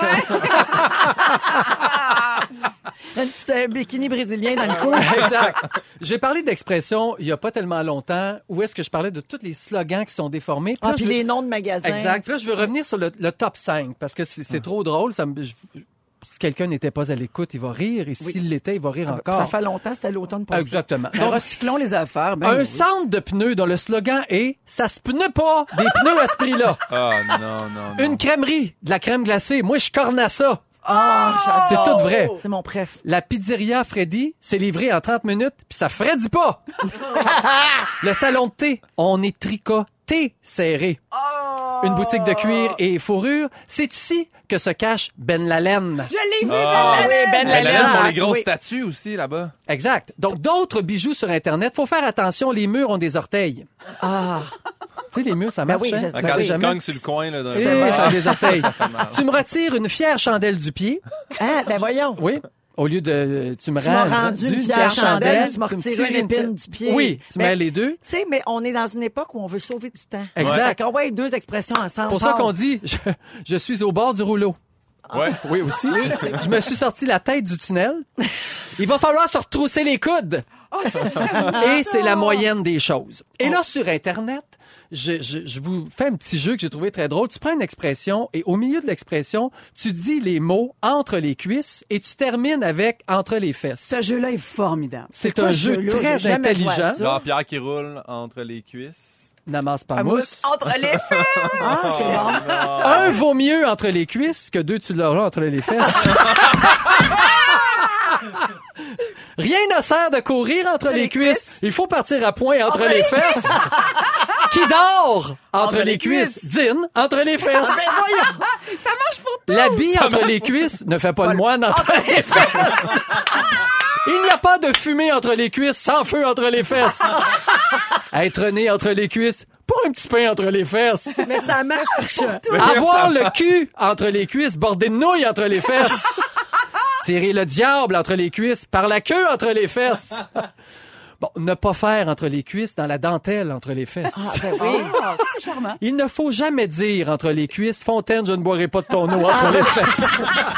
Un petit bikini brésilien dans le cou. Exact. J'ai parlé d'expression il y a pas tellement longtemps où est-ce que je parlais de tous les slogans qui sont déformés. Puis Ah, là, puis je veux- les noms de magasins. Exact. Puis là, je veux revenir sur le top 5 parce que c'est trop drôle. Si quelqu'un n'était pas à l'écoute, il va rire. Et s'il l'était, il va rire encore. Ça fait longtemps, c'était l'automne passé. Exactement. Donc, recyclons les affaires. Ben Un oui. centre de pneus dont le slogan est « Ça se pneue pas des pneus à ce prix-là Ah, non, non, ». non. Une crèmerie, de la crème glacée. Moi, je corne à ça. Ah, C'est tout vrai. C'est mon préf. La pizzeria Freddy, c'est livré en 30 minutes, puis ça Freddy pas. Le salon de thé, on est tricoté serré. Une boutique de cuir et fourrure, c'est ici que se cache Ben Laden. Je l'ai vu, Ah, Ben Laden. Ben Elle Laden. a pour les grosses Oui. statues aussi, là-bas. Exact. Donc, d'autres bijoux sur Internet. Faut faire attention, les murs ont des orteils. Ah. Tu sais, les murs, ça marche, oui, hein? je Ça sais. Quand fait tu jamais. cognes sur le coin, là, d'un Eh, ça a des orteils. fait mal. Tu me retires une fière chandelle du pied. Ah, ben voyons. Oui. Au lieu de... Tu me Tu m'as rends rendu une fière chandelle, tu m'as me retiré tires une épine fière- du pied. Oui, tu Mais- mets les deux. Tu sais, mais on est dans une époque où on veut sauver du temps. Exact. Fait qu'on va deux expressions ensemble. Pour ça Paul. qu'on dit, je suis au bord du rouleau. Ouais. Oui, aussi. Je me suis sorti la tête du tunnel. Il va falloir se retrousser les coudes. Et c'est la moyenne des choses. Et là, sur Internet, je vous fais un petit jeu que j'ai trouvé très drôle. Tu prends une expression et au milieu de l'expression, tu dis les mots entre les cuisses et tu termines avec entre les fesses. Ce jeu-là est formidable. C'est un jeu jeu-là? J'ai très jamais joué à intelligent. ça. Genre Pierre qui roule entre les cuisses. N'amasse pas mousse. Entre les fesses! Ah, c'est bon. Un vaut mieux entre les cuisses que deux tu l'auras entre les fesses. Rien ne sert de courir entre les cuisses. Il faut partir à point entre les fesses. Qui dort entre les cuisses dîne entre les fesses. Ça marche pour tout! L'habit entre les cuisses ne fait pas le moine entre les fesses. Il n'y a pas de fumée entre les cuisses sans feu entre les fesses. Être né entre les cuisses pour un petit pain entre les fesses. Mais ça marche. Avoir le cul entre les cuisses bordé de nouilles entre les fesses. Tirer le diable entre les cuisses par la queue entre les fesses. Bon, ne pas faire entre les cuisses dans la dentelle entre les fesses. Ah, ben oui. Ah, ça, c'est charmant. Il ne faut jamais dire entre les cuisses, Fontaine, je ne boirai pas de ton eau entre les fesses.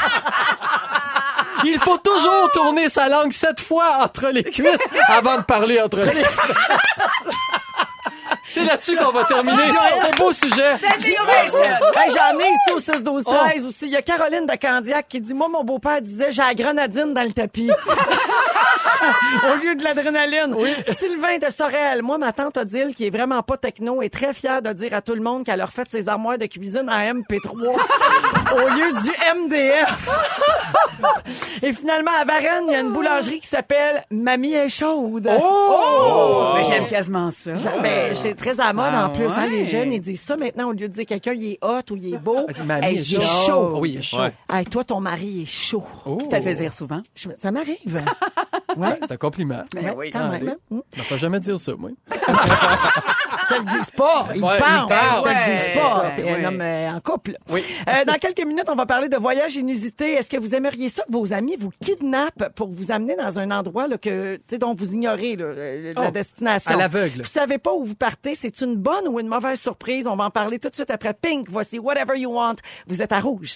Il faut toujours tourner sa langue 7 fois entre les cuisses avant de parler entre les fesses. C'est là-dessus qu'on va terminer ce beau sujet. Hey, j'en ai ici au 6-12-13 aussi. Il y a Caroline de Candiac qui dit, moi, mon beau-père disait, j'ai la grenadine dans le tapis. Au lieu de l'adrénaline. Oui. Sylvain de Sorel. Moi, ma tante Odile, qui est vraiment pas techno, est très fière de dire à tout le monde qu'elle a refait ses armoires de cuisine en MP3 au lieu du MDF. Et finalement, à Varennes, il y a une boulangerie qui s'appelle Mamie est chaude. Oh! Mais j'aime quasiment ça. Ben, c'est très à la mode Ah en plus. Hein, ouais. les jeunes, ils disent ça maintenant au lieu de dire quelqu'un, il est hot ou il est beau. Mamie Hey, est il est chaud. chaud. Oui, il est chaud. Ouais. Hey, toi, ton mari est chaud. Ça te fait dire souvent. Ça m'arrive. Ouais. C'est un compliment. Mais Ouais, oui. quand même. allez. Hein. Je ne vais jamais dire ça, moi. Te le disent pas. Ils Ouais, parlent. ils parlent. Te le disent pas. Ouais, T'es ouais. un homme en couple. Oui. Dans quelques minutes, on va parler de voyages inusités. Est-ce que vous aimeriez ça que vos amis vous kidnappent pour vous amener dans un endroit là, dont vous ignorez là, la Oh, destination? à l'aveugle. Vous savez pas où vous partez. C'est une bonne ou une mauvaise surprise? On va en parler tout de suite après Pink. Voici Whatever You Want. Vous êtes à Rouge.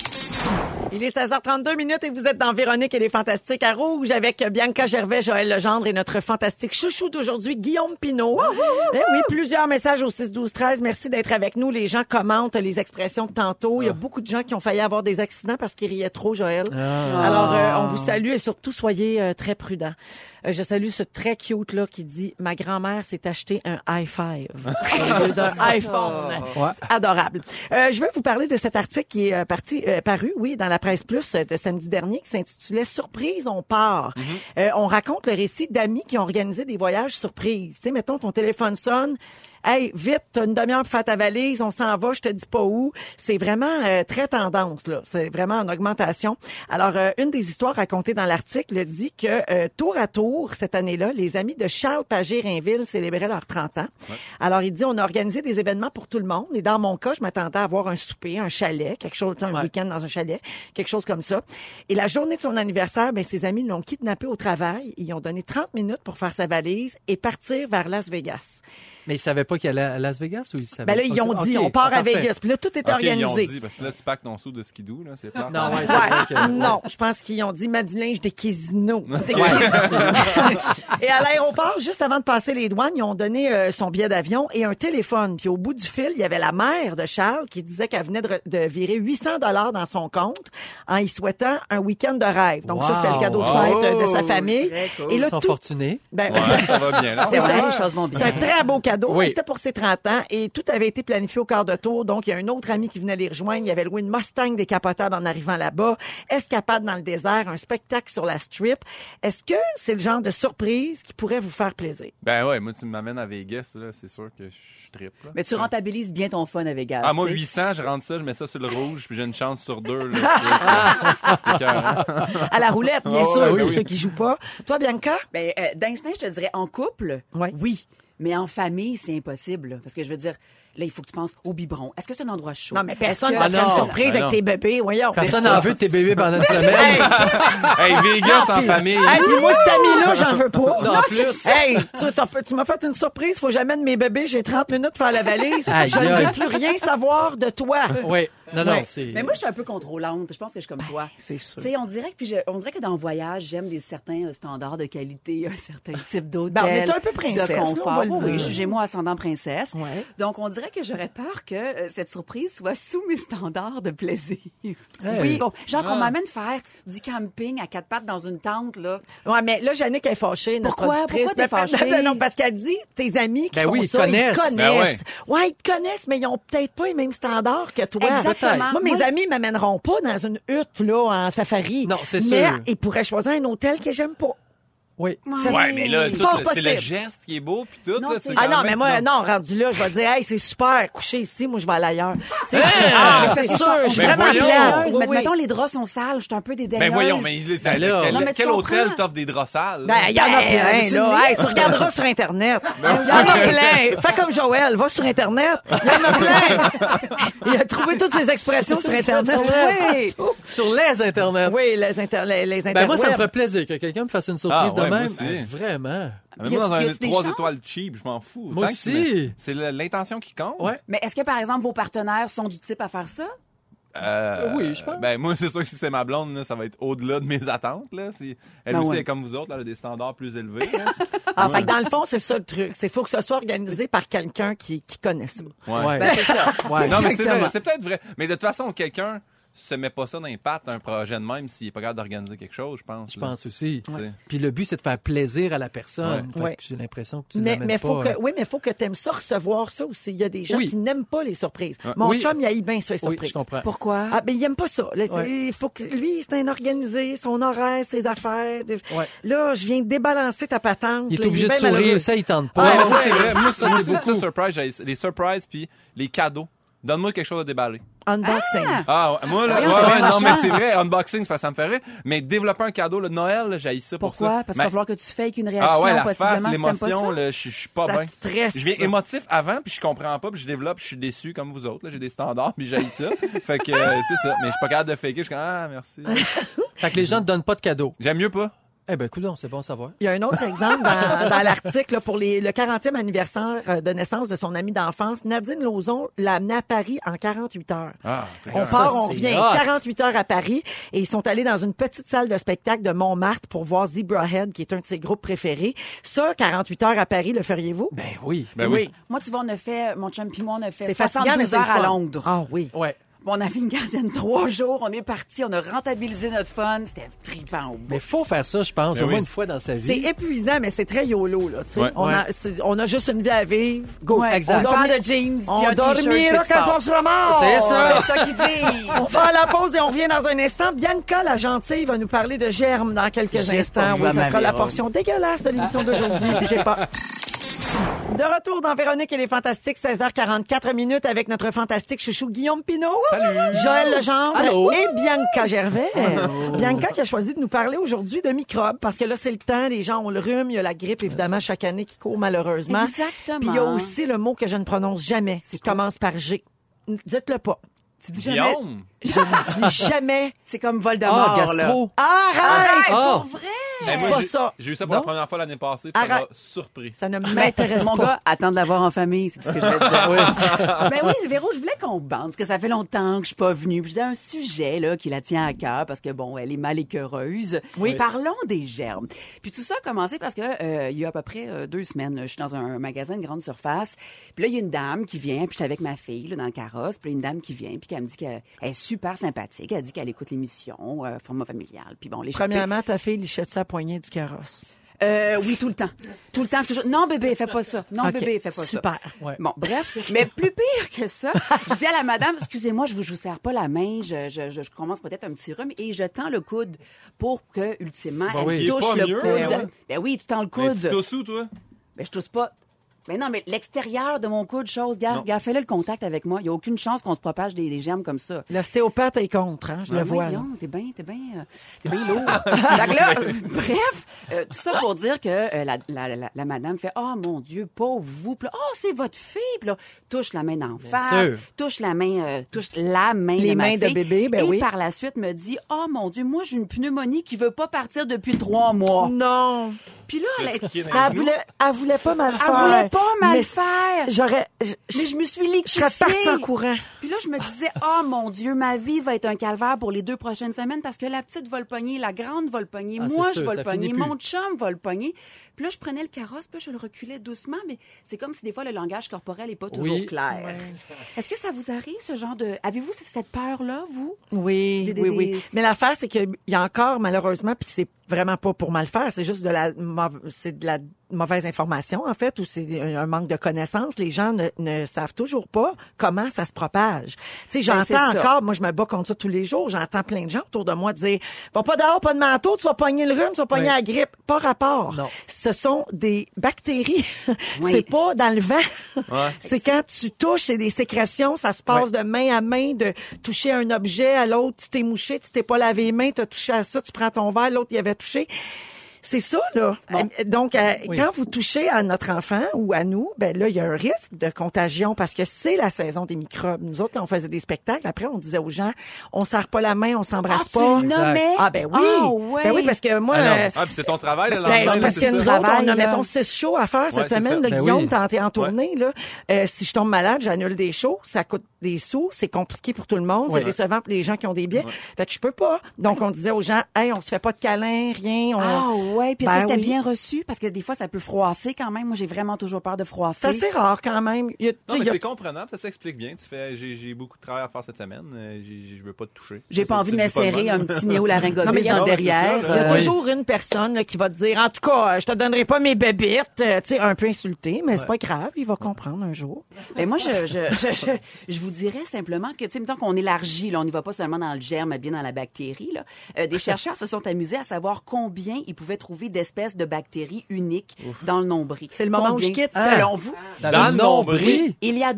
Il est 16h32 minutes et vous êtes dans Véronique et les Fantastiques à Rouge avec Bianca Gervais, Joël Legendre et notre fantastique chouchou d'aujourd'hui, Guillaume Pinault. Eh oui, plusieurs messages au 6-12-13. Merci d'être avec nous. Les gens commentent les expressions de tantôt. Il y a beaucoup de gens qui ont failli avoir des accidents parce qu'ils riaient trop, Joël. Alors, on vous salue et surtout, soyez très prudents. Je salue ce très cute-là qui dit « Ma grand-mère s'est acheté un i5 au lieu d'un iPhone. Ouais. Adorable. Je veux vous parler de cet article qui est paru, oui, dans la Presse Plus de samedi dernier, qui s'intitulait « Surprise, on part ». On raconte le récit d'amis qui ont organisé des voyages surprises. Tu sais, mettons, ton téléphone sonne. Hey, vite, t'as une demi-heure pour faire ta valise, on s'en va, je te dis pas où. C'est vraiment très tendance, là. C'est vraiment en augmentation. Alors, une des histoires racontées dans l'article dit que tour à tour, cette année-là, les amis de Charles Pagé-Rainville célébraient leurs 30 ans. Ouais. Alors, il dit, on a organisé des événements pour tout le monde. Et dans mon cas, je m'attendais à avoir un souper, un chalet, quelque chose, un week-end dans un chalet, quelque chose comme ça. Et la journée de son anniversaire, ben, ses amis l'ont kidnappé au travail. Ils ont donné 30 minutes pour faire sa valise et partir vers Las Vegas. Mais ils savaient pas qu'il allait à Las Vegas ou ils savaient Ben là, pas ils ont ça? dit, OK. on part à Parfait. Vegas. Puis là, tout était organisé. Ils ont dit, parce que là, tu packs ton sou de skidoo, là, c'est plat. Non, ouais, c'est vrai que... Non, je pense qu'ils ont dit, mets du linge de casino. Et à l'aéroport, juste avant de passer les douanes, ils ont donné son billet d'avion et un téléphone. Puis au bout du fil, il y avait la mère de Charles qui disait qu'elle venait de virer 800 $ dans son compte en y souhaitant un week-end de rêve. Donc ça, c'était le cadeau de fête de sa famille. Cool. Et là, Ils sont fortunés. Ben, Ouais, ça va bien, là. C'est vrai, les choses vont bien. c'est un très beau cadeau. Oui. C'était pour ses 30 ans et tout avait été planifié au quart de tour. Donc, il y a un autre ami qui venait les rejoindre. Il avait loué une Mustang décapotable en arrivant là-bas. Escapade dans le désert, un spectacle sur la strip. Est-ce que c'est le genre de surprise qui pourrait vous faire plaisir? Ben ouais, moi, tu m'amènes à Vegas, là, c'est sûr que je trippe, là. Mais tu rentabilises bien ton fun à Vegas. Ah, moi, tu sais. 800, je rentre ça, je mets ça sur le rouge, puis j'ai une chance sur 2, là. C'est cœur, hein? À la roulette, bien Oh, sûr, ouais, pour oui. ceux qui jouent pas. Toi, Bianca? Ben, d'instinct, je te dirais en couple, Ouais. oui. Mais en famille, c'est impossible. Là. Parce que je veux dire, Là, il faut que tu penses au biberon. Est-ce que c'est un endroit chaud? Non, mais personne Est-ce va que- faire une non. surprise Ben avec non. tes bébés. Voyons. Personne n'en veut de tes bébés pendant une semaine. Hey, Vegas en famille. Hey, puis moi, cet ami-là, j'en veux pas. Non, en plus. Hey, tu m'as fait une surprise. Faut que j'amène mes bébés. J'ai 30 minutes pour faire la valise. Aïe, Je ne aïe. veux plus rien savoir de toi. Oui. Non, Ouais. c'est... Mais moi, je suis un peu contrôlante. Je pense que je suis comme toi. C'est sûr. Tu sais, on dirait que dans le voyage, j'aime certains standards de qualité, un certain type d'hôtel. Ben, on est un peu princesse, de là, on confort. va le Oui, dire. je suis Gémeaux ascendant princesse. Ouais. Donc, on dirait que j'aurais peur que cette surprise soit sous mes standards de plaisir. Oui. Bon, genre qu'on m'amène faire du camping à 4 pattes dans une tente, là. Ouais, mais là, Jannick est fâchée, notre Pourquoi? productrice. Pourquoi t'es Ben, fâchée? ben non, parce qu'elle dit, tes amis qui Ben font oui, ils ça, connaissent. ils connaissent. Ben Ouais, ils te connaissent, mais ils ont peut-être pas les mêmes standards que toi. Exactement. Moi, mes amis m'amèneront pas dans une hutte, là, en safari. Non, c'est Mais sûr. ils pourraient choisir un hôtel que j'aime pas. Oui. Ouais, mais là, tout, Fort c'est le possible. geste qui est beau, puis tout. Non, là, c'est- tu sais, Ah quand non, même, mais moi, sinon- non, rendu là, je vais dire, hey, c'est super, coucher ici, moi, je vais aller ailleurs. Tu sais, c'est sûr, je suis Mais vraiment voyons. plate. Mais Oui, oui. mettons, les draps sont sales. Je suis un peu dédaigneuse. Ben voyons, mais Ben là. quel, Non, mais tu quel comprends. hôtel t'offre des draps sales? Ben, il y en a Ben, plein, veux-tu là. me Hey, tu regarderas sur Internet. Il y en a plein. Fais comme Joël, va sur Internet. Il y en a plein. Il a trouvé toutes ces expressions sur Internet. Oui. Sur les Internets. Oui, les interwebs. Ben moi, ça me ferait plaisir que quelqu'un me fasse une surprise Ah, ouais, de moi même. aussi. Ben, vraiment. Mais moi, dans Y un a-tu des 3 chances? étoiles cheap, je m'en fous. Moi Tant que aussi. c'est l'intention qui compte. Ouais. Mais est-ce que, par exemple, vos partenaires sont du type à faire ça? Oui, je pense. Ben, moi, c'est sûr que si c'est ma blonde, là, ça va être au-delà de mes attentes. Là. Elle Ben aussi ouais. est comme vous autres, là, elle a des standards plus élevés. là. En fait, dans le fond, c'est ça le truc. C'est faut que ce soit organisé par quelqu'un qui connaît ça. Ouais. Ben, c'est ça. Ouais. Non, mais c'est Exactement. vrai, c'est peut-être vrai. Mais de toute façon, quelqu'un se met pas ça dans les pattes, un projet de même, s'il est pas capable d'organiser quelque chose, je pense. Je là. pense aussi. Ouais. Puis le but, c'est de faire plaisir à la personne. Fait que Ouais. j'ai l'impression que tu Mais l'amènes faut pas. que, oui, mais faut que t'aimes ça, recevoir ça aussi. Il y a des gens Oui. qui n'aiment pas les surprises. Ouais. Mon Oui. chum, il haït bien ça, les Oui, surprises. je comprends. Pourquoi? Ah, ben, il aime pas ça. Là, Ouais. il faut que, lui, c'est un organisé, son horaire, ses affaires. Ouais. Là, je viens de débalancer ta patente. Il est là, obligé de bien malheureux. sourire, ça, il tente pas. Ouais, mais ça, ouais. c'est vrai. Moi, ça, c'est beaucoup. surprise. Les surprises puis les cadeaux. Donne-moi quelque chose à déballer. Unboxing. Ah, ouais, moi, là, Voyons, ouais, c'est ouais, non, vachement. mais c'est vrai, unboxing, ça me fait rire. Mais développer un cadeau, le Noël, là, j'haïs ça pour Pourquoi? ça. Parce qu'il Mais- va falloir que tu fakes une réaction, Ah ouais, la possiblement, face, si t'aimes l'émotion, pas ça. là, je suis pas Ça bien. te stresse, Je viens ça. émotif avant, puis je comprends pas, puis je développe, puis je suis déçu comme vous autres. Là, j'ai des standards, puis j'haïs ça. Fait que c'est ça. Mais je suis pas capable de faker. Je suis comme, ah, merci. Fait que les gens ne donnent pas de cadeaux. J'aime mieux pas. Eh ben, coudonc, c'est bon à savoir. Il y a un autre exemple dans l'article là, pour le 40e anniversaire de naissance de son amie d'enfance. Nadine Lauzon l'a amené à Paris en 48 heures. Ah, c'est On clair. part, on c'est revient. hot. 48 heures à Paris et ils sont allés dans une petite salle de spectacle de Montmartre pour voir Zebrahead, qui est un de ses groupes préférés. Ça, 48 heures à Paris, le feriez-vous? Ben oui. Ben oui. Moi, tu vois, on a fait, mon chum puis moi, on a fait C'est fatigant, mais 72 c'est le heures à fun. Londres. Ah oui. Ouais. Bon, on a fait une gardienne 3 jours, on est parti, on a rentabilisé notre fun, c'était trippant au bout. Mais faut faire ça, je pense, Ben au moins oui. une fois dans sa C'est vie. épuisant, mais c'est très YOLO, là, tu sais. Ouais. On a juste une vie à vivre. Go. Ouais, exact. on parle de jeans, puis On un t-shirt, dormira puis tu quand pars. on sera mort. C'est ça. C'est ça qu'il dit. On va à la pause et on revient dans un instant. Bianca, la gentille, va nous parler de germes dans quelques Juste instants. pour toi, Oui, ça ma sera la Véro. portion dégueulasse de l'émission d'aujourd'hui. Bougez pas. De retour dans Véronique et les Fantastiques, 16h44 minutes avec notre fantastique chouchou Guillaume Pinault. Salut. Joël Legendre Allô. et Bianca Gervais. Bianca qui a choisi de nous parler aujourd'hui de microbes parce que là, c'est le temps, les gens ont le rhume, il y a la grippe, évidemment, chaque année qui court malheureusement. Exactement. Puis il y a aussi le mot que je ne prononce jamais, qui commence par G. Dites-le pas. Tu dis jamais. Guillaume. Je ne dis jamais. C'est comme Ah, Voldemort, là. gastro. Arrête! Ah. Pour vrai? Ben, dis moi, pas j'ai- ça. J'ai eu ça pour Non. la première fois l'année passée, puis ça m'a Arrête. surpris. Ça ne m'intéresse Mon pas. gars, attends de l'avoir en famille, c'est ce que je vais te dire. Ben oui, Véro, je voulais qu'on bande, parce que ça fait longtemps que je suis pas venue. Puis j'ai un sujet là qui la tient à cœur, parce que bon, elle est mal écœureuse. Oui. Parlons des germes. Puis tout ça a commencé parce que il y a à peu près 2 semaines, je suis dans un magasin de grande surface. Puis là, il y a une dame qui vient, puis j'étais avec ma fille là, dans le carrosse. Puis là, une dame qui vient, puis qui me dit qu'elle est super sympathique. Elle dit qu'elle écoute l'émission, format familial. Puis bon, les Premièrement, ta fille lichette-tu à la poignée du carrosse? oui, tout le temps. Tout le temps. Toujours. Non, bébé, fais pas ça. Non, Ok, bébé, fais pas super. ça. Ouais. Bon, bref. Mais plus pire que ça, je dis à la madame, excusez-moi, je vous serre pas la main, je commence peut-être un petit rhume et je tends le coude pour que, ultimement, Ben elle oui. touche Il est le pas mieux, coude. hein? Ben oui, tu tends le Mais coude. tu tousses où, toi? Ben, je tousse pas. Mais non, mais l'extérieur de mon coude, regarde, fais-le le contact avec moi. Il n'y a aucune chance qu'on se propage des germes comme ça. L'ostéopathe est contre, hein, je le vois. Non, t'es bien lourd. Fait que là, bref, tout ça pour dire que la madame fait, oh mon Dieu, pauvre vous. Puis là, oh, c'est votre fille. Puis là, touche la main d'en face, touche la main Les de ma mains fille. de bébé, ben et oui. par la suite me dit, oh mon Dieu, moi j'ai une pneumonie qui veut pas partir depuis 3 mois. Non. Puis là, Elle voulait pas mal faire. Elle voulait pas mal Mais faire. Mais je me suis liquéfiée. Je serais partie en courant. Puis là, je me disais, oh mon Dieu, ma vie va être un calvaire pour les 2 prochaines semaines parce que la petite va le pogner, la grande va le pogner, moi je vais le pogner, mon chum va le pogner. Puis là, je prenais le carrosse, puis je le reculais doucement, mais c'est comme si des fois le langage corporel n'est pas toujours clair. Ouais. Est-ce que ça vous arrive, ce genre de... Avez-vous cette peur-là, vous? Oui, oui. Mais l'affaire, c'est qu'il y a encore, malheureusement, puis c'est vraiment pas pour mal faire, c'est juste de la mauvaise information, en fait, ou c'est un manque de connaissances. Les gens ne savent toujours pas comment ça se propage. Tu sais, j'entends encore, moi, je me bats contre ça tous les jours, j'entends plein de gens autour de moi dire « Va pas dehors, pas de manteau, tu vas pogner le rhume, tu vas pogner la grippe. » Pas rapport. Non. Ce sont des bactéries. C'est pas dans le vent. Ouais. C'est quand tu touches, c'est des sécrétions, ça se passe de main à main, de toucher un objet à l'autre, tu t'es mouché, tu t'es pas lavé les mains, tu as touché à ça, tu prends ton verre, l'autre y avait touché. C'est ça, là. Bon. Donc, quand vous touchez à notre enfant ou à nous, ben là, il y a un risque de contagion parce que c'est la saison des microbes. Nous autres, quand on faisait des spectacles, après, on disait aux gens, on serre pas la main, on s'embrasse pas. Tu le nommais? Ah, ben oui. Ben oui, parce que moi... puis c'est ton travail, là. Parce que nous autres, on a, mettons, 6 shows à faire cette semaine. Là, Guillaume, t'es en tournée, là. Si je tombe malade, j'annule des shows. Ça coûte des sous. C'est compliqué pour tout le monde. C'est décevant pour les gens qui ont des billets. Fait que je peux pas. Donc, on disait aux gens, hey, on se fait pas de câlins, rien. Oui, puis est-ce que c'était bien reçu? Parce que des fois, ça peut froisser quand même. Moi, j'ai vraiment toujours peur de froisser. C'est assez rare quand même. Mais c'est comprenable, ça s'explique bien. Tu fais, j'ai beaucoup de travail à faire cette semaine. Je veux pas te toucher. J'ai pas envie de m'insérer un petit néo-laryngomyce dans le derrière. Il y a toujours une personne là, qui va te dire, en tout cas, je te donnerai pas mes bébites. Tu sais, un peu insulté, mais c'est pas grave. Il va comprendre un jour. Mais moi, je vous dirais simplement que, tu sais, mettons qu'on élargit, là, on n'y va pas seulement dans le germe, mais bien dans la bactérie, là. Des chercheurs se sont amusés à savoir combien ils pouvaient trouver d'espèces de bactéries uniques dans le nombril. C'est le moment où je quitte. Selon vous? Dans le nombril? Il y a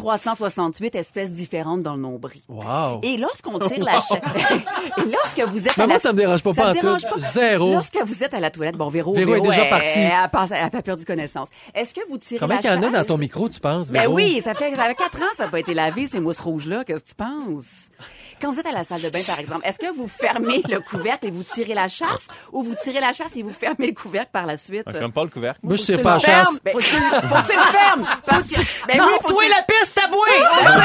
2368 espèces différentes dans le nombril. Wow. Et lorsqu'on tire la chaîne... Et lorsque vous êtes moi, ça me dérange pas en tout. Zéro. Lorsque vous êtes à la toilette, bon, Véro est déjà parti. Elle a pas perdu connaissance. Est-ce que vous tirez Combien la chasse? Combien qu'il y en a dans ton micro, tu penses, Véro? Ben oui, ça fait 4 ans, ça n'a pas été lavé, ces mousses rouges-là. Qu'est-ce que tu penses? Quand vous êtes à la salle de bain, par exemple, est-ce que vous fermez le couvercle et vous tirez la chasse ou vous tirez la chasse et vous fermez le couvercle par la suite? Je ferme pas le couvercle. Moi, je tire pas la chasse. Faut que tu le fermes! Parce que, ben non, oui, toi la piste, t'as boué!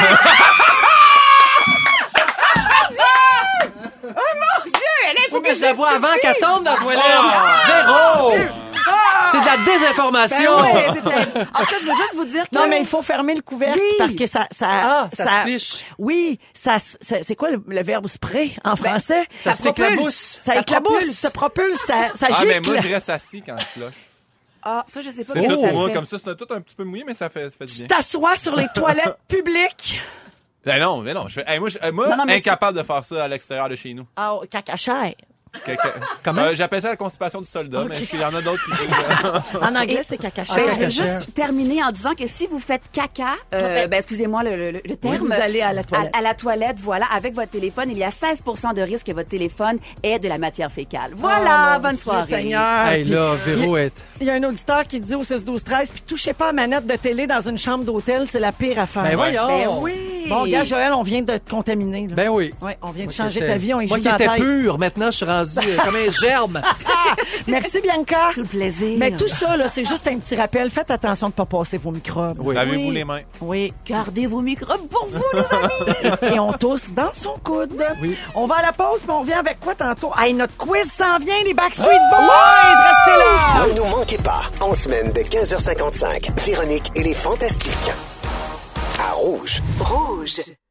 Oh mon Dieu! Faut que je la vois avant qu'elle tombe dans la toilette. Véro! C'est de la désinformation. Ben oui, en fait, je veux juste vous dire que... Non, mais il faut fermer le couvercle parce que ça se fiche. Oui, c'est quoi le verbe spray en français? Ça s'éclabousse. Ça éclabousse, ça propulse, ça gicle. Mais moi, je reste assis quand je flush. Ah, ça, je sais pas. C'est tout moi, comme ça, c'est tout un petit peu mouillé, mais ça fait du bien. Tu t'assois sur les toilettes publiques. Ben non, mais non. Moi, incapable de faire ça à l'extérieur de chez nous. Ah, cacachère. Comment? J'appelle ça la constipation du soldat, mais il y en a d'autres qui disent... En anglais, c'est cacachère. Je vais juste terminer en disant que si vous faites caca, excusez-moi le terme. Vous allez à la toilette. À la toilette, voilà, avec votre téléphone, il y a 16% de risque que votre téléphone ait de la matière fécale. Voilà, bonne soirée. Seigneur. Hey, là, Véro est... Il y a un auditeur qui dit au 6-12-13, puis touchez pas à manette de télé dans une chambre d'hôtel, c'est la pire affaire. Ben voyons. Ben oui. Bon, gars, Joël, on vient de te contaminer. Là. Ben oui. Ouais, on vient de changer ta vie, on y joue moi qui dans la étais tête. pur, maintenant je suis rendu comme un germe. Merci, Bianca. Tout le plaisir. Mais tout ça, là, c'est juste un petit rappel. Faites attention de ne pas passer vos microbes. Oui. Lavez-vous les mains. Oui. Gardez vos microbes pour vous, les amis. Et on tousse dans son coude. Oui. On va à la pause, mais on revient avec quoi tantôt? Hey, notre quiz s'en vient, les Backstreet Boys! Restez là! Ne nous manquez pas, en semaine de 15h55, Véronique et les Fantastiques. À Rouge. Rouge.